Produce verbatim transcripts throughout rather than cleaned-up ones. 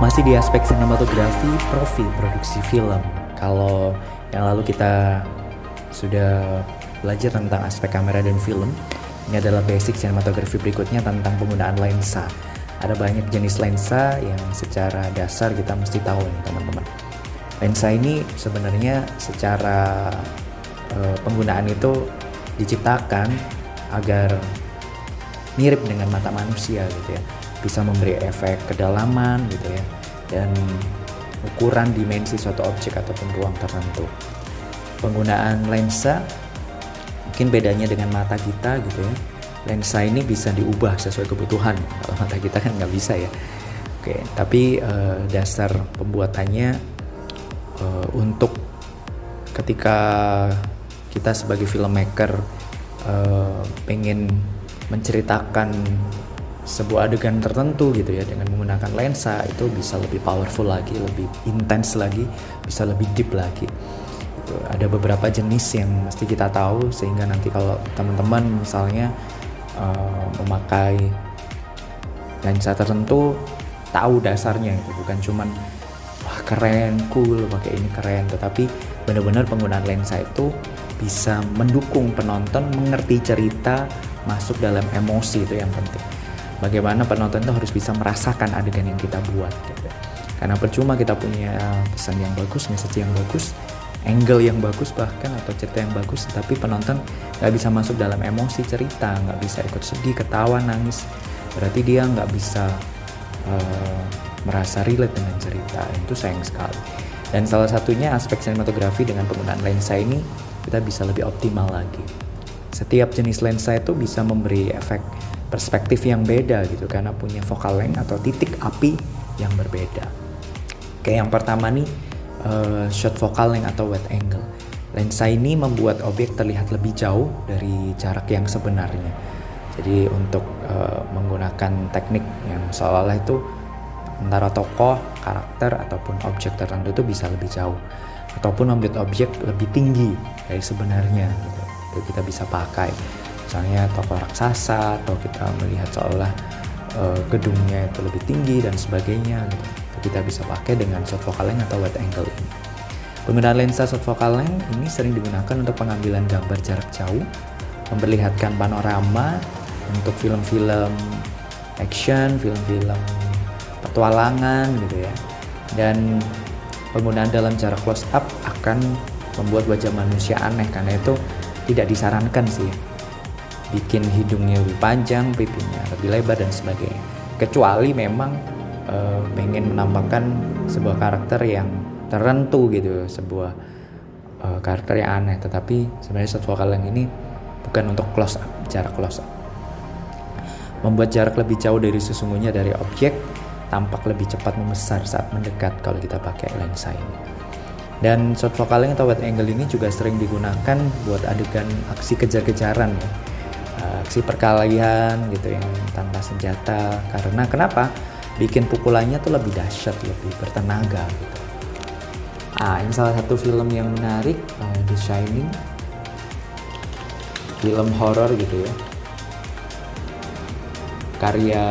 Masih di aspek sinematografi, profil produksi film. Kalau yang lalu kita sudah belajar tentang aspek kamera dan film, ini adalah basic sinematografi berikutnya tentang penggunaan lensa. Ada banyak jenis lensa yang secara dasar kita mesti tahu nih teman-teman. Lensa ini sebenarnya secara uh, penggunaan itu diciptakan agar mirip dengan mata manusia gitu ya, bisa memberi efek kedalaman gitu ya, dan ukuran dimensi suatu objek ataupun ruang tertentu. Penggunaan lensa mungkin bedanya dengan mata kita gitu ya, lensa ini bisa diubah sesuai kebutuhan, kalau mata kita kan nggak bisa ya. Oke, tapi uh, dasar pembuatannya uh, untuk ketika kita sebagai filmmaker uh, pengen menceritakan sebuah adegan tertentu gitu ya dengan menggunakan lensa, itu bisa lebih powerful lagi, lebih intens lagi, bisa lebih deep lagi. Itu ada beberapa jenis yang mesti kita tahu sehingga nanti kalau teman-teman misalnya uh, memakai lensa tertentu tahu dasarnya itu, bukan cuman wah keren, cool pakai ini keren, tetapi benar-benar penggunaan lensa itu bisa mendukung penonton mengerti cerita, masuk dalam emosi. Itu yang penting. Bagaimana penonton itu harus bisa merasakan adegan yang kita buat gitu. Karena percuma kita punya pesan yang bagus, message yang bagus, angle yang bagus bahkan, atau cerita yang bagus, tapi penonton nggak bisa masuk dalam emosi cerita, nggak bisa ikut sedih, ketawa, nangis, berarti dia nggak bisa uh, merasa relate dengan cerita. Itu sayang sekali. Dan salah satunya aspek sinematografi dengan penggunaan lensa ini kita bisa lebih optimal lagi. Setiap jenis lensa itu bisa memberi efek perspektif yang beda gitu, karena punya focal length atau titik api yang berbeda. Oke, yang pertama nih uh, short focal length atau wide angle. Lensa ini membuat objek terlihat lebih jauh dari jarak yang sebenarnya. Jadi untuk uh, menggunakan teknik yang seolah-olah itu antara tokoh, karakter ataupun objek tertentu itu bisa lebih jauh, ataupun membuat objek lebih tinggi dari sebenarnya gitu. Itu kita bisa pakai. Misalnya tokoh raksasa, atau kita melihat seolah uh, gedungnya itu lebih tinggi dan sebagainya gitu. Itu kita bisa pakai dengan short focal length atau wide angle ini. Penggunaan lensa short focal length ini sering digunakan untuk pengambilan gambar jarak jauh, memperlihatkan panorama untuk film-film action, film-film petualangan gitu ya. Dan penggunaan dalam jarak close up akan membuat wajah manusia aneh, karena itu tidak disarankan sih. Bikin hidungnya lebih panjang, pipinya lebih lebar dan sebagainya. Kecuali memang e, pengen menampakkan sebuah karakter yang tertentu gitu, sebuah e, karakter yang aneh. Tetapi sebenarnya short focal length ini bukan untuk close up, jarak close up. Membuat jarak lebih jauh dari sesungguhnya dari objek, tampak lebih cepat membesar saat mendekat kalau kita pakai lensa ini. Dan short focal length atau wide angle ini juga sering digunakan buat adegan aksi kejar-kejaran ya. Aksi perkelahian gitu yang tanpa senjata. Karena kenapa? Bikin pukulannya tuh lebih dahsyat, lebih bertenaga gitu. Ah, ini salah satu film yang menarik, uh, The Shining. Film horor gitu ya. Karya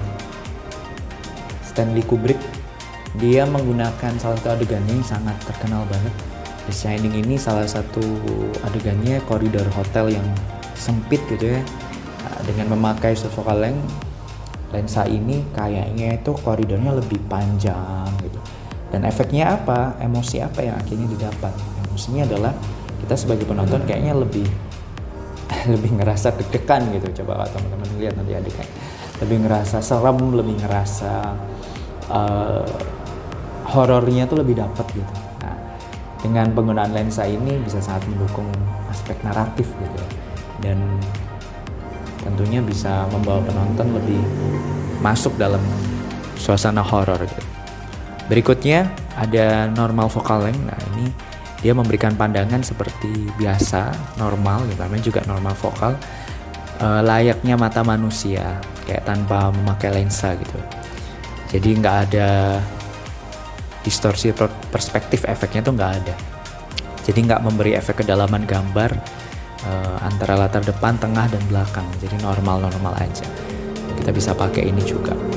Stanley Kubrick. Dia menggunakan salah satu adegannya yang sangat terkenal banget. The Shining ini salah satu adegannya koridor hotel yang sempit gitu ya. Nah, dengan memakai short focal length lensa ini kayaknya itu koridornya lebih panjang gitu. Dan efeknya apa? Emosi apa yang akhirnya didapat? Emosinya adalah kita sebagai penonton kayaknya lebih lebih ngerasa deg-degan gitu. Coba teman-teman lihat nanti adegan. Lebih ngerasa serem, lebih ngerasa uh, horornya tuh lebih dapat gitu. Nah, dengan penggunaan lensa ini bisa sangat mendukung aspek naratif gitu ya. Dan tentunya bisa membawa penonton lebih masuk dalam suasana horor gitu. Berikutnya ada normal focal length. Nah, ini dia memberikan pandangan seperti biasa, normal gitu, namanya juga normal focal, e, layaknya mata manusia, kayak tanpa memakai lensa gitu. Jadi nggak ada distorsi perspektif, efeknya tuh nggak ada. Jadi nggak memberi efek kedalaman gambar Uh, antara latar depan, tengah, dan belakang. Jadi normal-normal aja. Kita bisa pakai ini juga.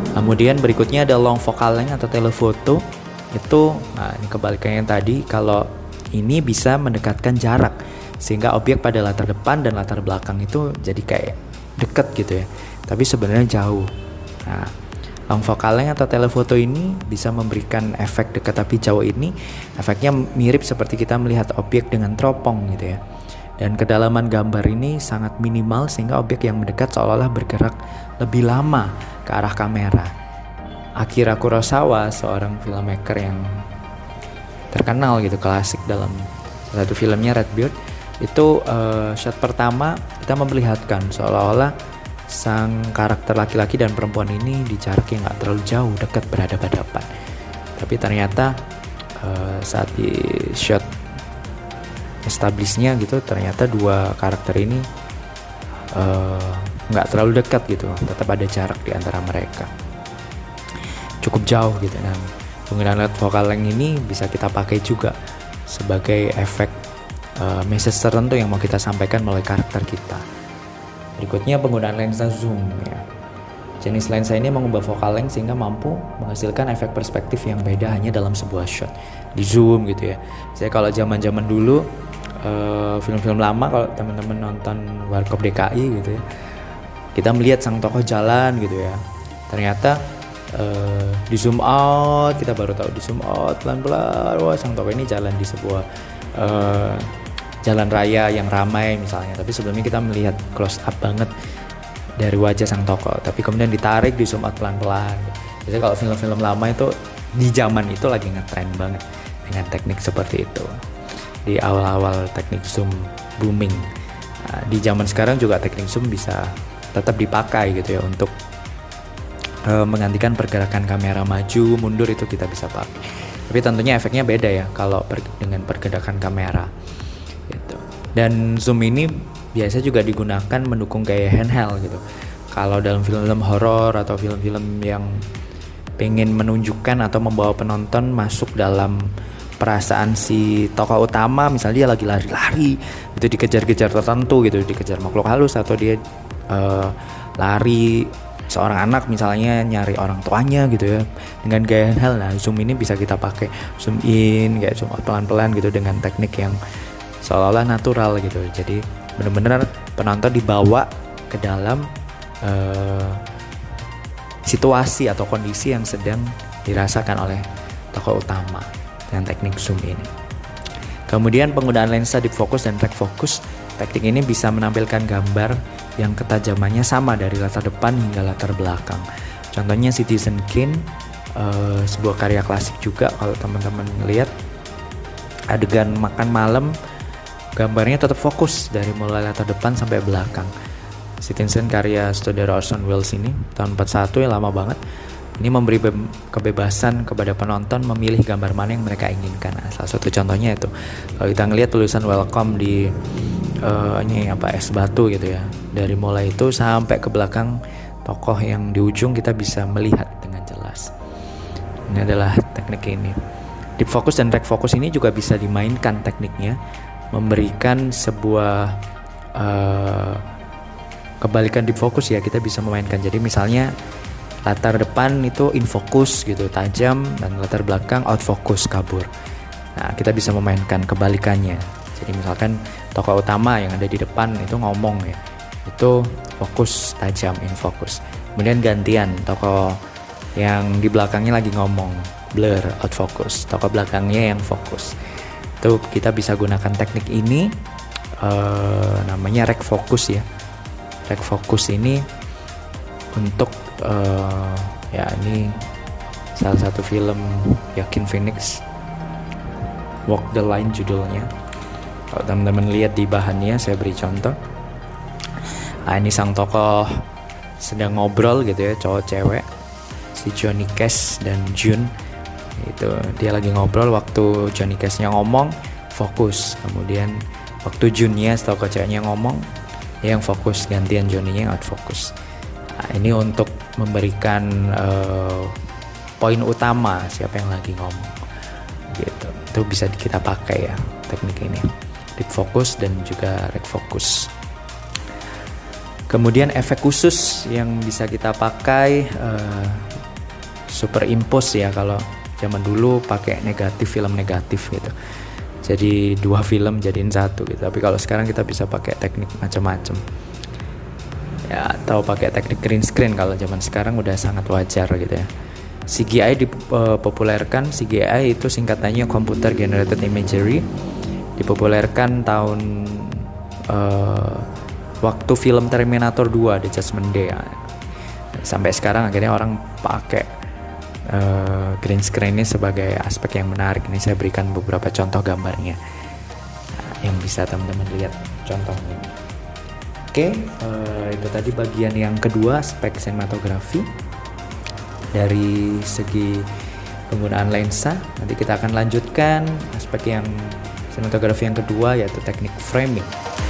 Kemudian berikutnya ada long focal length atau telefoto. Itu, nah ini kebalikannya yang tadi, kalau ini bisa mendekatkan jarak sehingga objek pada latar depan dan latar belakang itu jadi kayak deket gitu ya, tapi sebenarnya jauh. Nah, long focal length atau telefoto ini bisa memberikan efek dekat tapi jauh ini, efeknya mirip seperti kita melihat objek dengan teropong gitu ya. Dan kedalaman gambar ini sangat minimal sehingga objek yang mendekat seolah-olah bergerak lebih lama ke arah kamera. Akira Kurosawa, seorang filmmaker yang terkenal gitu, klasik dalam salah satu filmnya Red Beard, itu uh, shot pertama kita memperlihatkan seolah-olah sang karakter laki-laki dan perempuan ini di jarak yang gak terlalu jauh, dekat, berhadapan-hadapan. Tapi ternyata uh, saat di shot establishnya gitu, ternyata dua karakter ini uh, gak terlalu dekat gitu, tetap ada jarak di antara mereka, cukup jauh gitu. Dan penggunaan length focal length ini bisa kita pakai juga sebagai efek uh, message tertentu yang mau kita sampaikan melalui karakter kita. Berikutnya penggunaan lensa zoom ya. Jenis lensa ini mengubah focal length sehingga mampu menghasilkan efek perspektif yang beda hanya dalam sebuah shot. Di zoom gitu ya. Saya kalau zaman-zaman dulu uh, film-film lama, kalau teman-teman nonton Warkop D K I gitu ya, kita melihat sang tokoh jalan gitu ya. Ternyata uh, di zoom out, kita baru tahu di zoom out pelan-pelan, wah sang tokoh ini jalan di sebuah uh, jalan raya yang ramai misalnya, tapi sebelumnya kita melihat close up banget dari wajah sang tokoh, tapi kemudian ditarik di zoom out pelan-pelan. Jadi kalau film-film lama itu di zaman itu lagi ngetrend banget dengan teknik seperti itu. Di awal-awal teknik zoom booming. Nah, di zaman sekarang juga teknik zoom bisa tetap dipakai gitu ya untuk uh, menggantikan pergerakan kamera maju mundur, itu kita bisa pakai. Tapi tentunya efeknya beda ya kalau per- dengan pergerakan kamera. Gitu. Dan zoom ini biasa juga digunakan mendukung gaya handheld gitu. Kalau dalam film-film horor atau film-film yang pengen menunjukkan atau membawa penonton masuk dalam perasaan si tokoh utama, misalnya dia lagi lari-lari itu dikejar-kejar tertentu gitu, dikejar makhluk halus, atau dia uh, lari seorang anak misalnya nyari orang tuanya gitu ya dengan gaya handheld. Nah, zoom ini bisa kita pakai, zoom in kayak zoom out pelan-pelan gitu dengan teknik yang seolah-olah natural gitu. Jadi benar-benar penonton dibawa ke dalam uh, situasi atau kondisi yang sedang dirasakan oleh tokoh utama dengan teknik zoom ini. Kemudian penggunaan lensa deep focus dan track focus. Teknik ini bisa menampilkan gambar yang ketajamannya sama dari latar depan hingga latar belakang. Contohnya Citizen Kane, uh, sebuah karya klasik juga. Kalau teman-teman lihat adegan makan malam, gambarnya tetap fokus dari mulai latar depan sampai belakang. Citizen karya saudara Orson Welles ini tahun empat puluh satu ya, lama banget. Ini memberi be- kebebasan kepada penonton memilih gambar mana yang mereka inginkan. Nah, salah satu contohnya itu kalau kita ngelihat tulisan welcome di uh, ini apa es batu gitu ya, dari mulai itu sampai ke belakang tokoh yang di ujung kita bisa melihat dengan jelas. Ini adalah teknik ini. Deep focus dan track focus ini juga bisa dimainkan tekniknya, memberikan sebuah uh, kebalikan deep focus ya, kita bisa memainkan. Jadi misalnya latar depan itu in focus gitu, tajam, dan latar belakang out focus, kabur. Nah, kita bisa memainkan kebalikannya. Jadi misalkan tokoh utama yang ada di depan itu ngomong ya, itu fokus, tajam, in focus. Kemudian gantian, tokoh yang di belakangnya lagi ngomong, blur, out focus. Tokoh belakangnya yang fokus. Itu kita bisa gunakan teknik ini, uh, namanya rec focus ya. Rec focus ini untuk uh, ya ini salah satu film Joaquin Phoenix, Walk the Line judulnya. Kalau teman-teman lihat di bahannya, saya beri contoh. Nah, ini sang tokoh sedang ngobrol gitu ya, cowok cewek, si Johnny Cash dan June. Itu dia lagi ngobrol, waktu Johnny Cash-nya ngomong fokus, kemudian waktu June-nya tokoh ceweknya ngomong dia yang fokus, gantian Johnny-nya out fokus. Nah, ini untuk memberikan uh, poin utama siapa yang lagi ngomong gitu. Itu bisa kita pakai ya teknik ini, deep focus dan juga rec focus. Kemudian efek khusus yang bisa kita pakai uh, superimpose ya, kalau zaman dulu pakai negatif, film negatif gitu, jadi dua film jadiin satu gitu. Tapi kalau sekarang kita bisa pakai teknik macam-macam ya, atau pakai teknik green screen kalau zaman sekarang udah sangat wajar gitu ya. C G I dipopulerkan, C G I itu singkatannya Computer Generated Imagery, dipopulerkan tahun uh, waktu film Terminator dua The Judgment Day ya. Sampai sekarang akhirnya orang pakai uh, green screen ini sebagai aspek yang menarik. Ini saya berikan beberapa contoh gambarnya nah, yang bisa teman-teman lihat contohnya. Oke, uh, itu tadi bagian yang kedua, aspek sinematografi dari segi penggunaan lensa. Nanti kita akan lanjutkan aspek yang sinematografi yang kedua, yaitu teknik framing.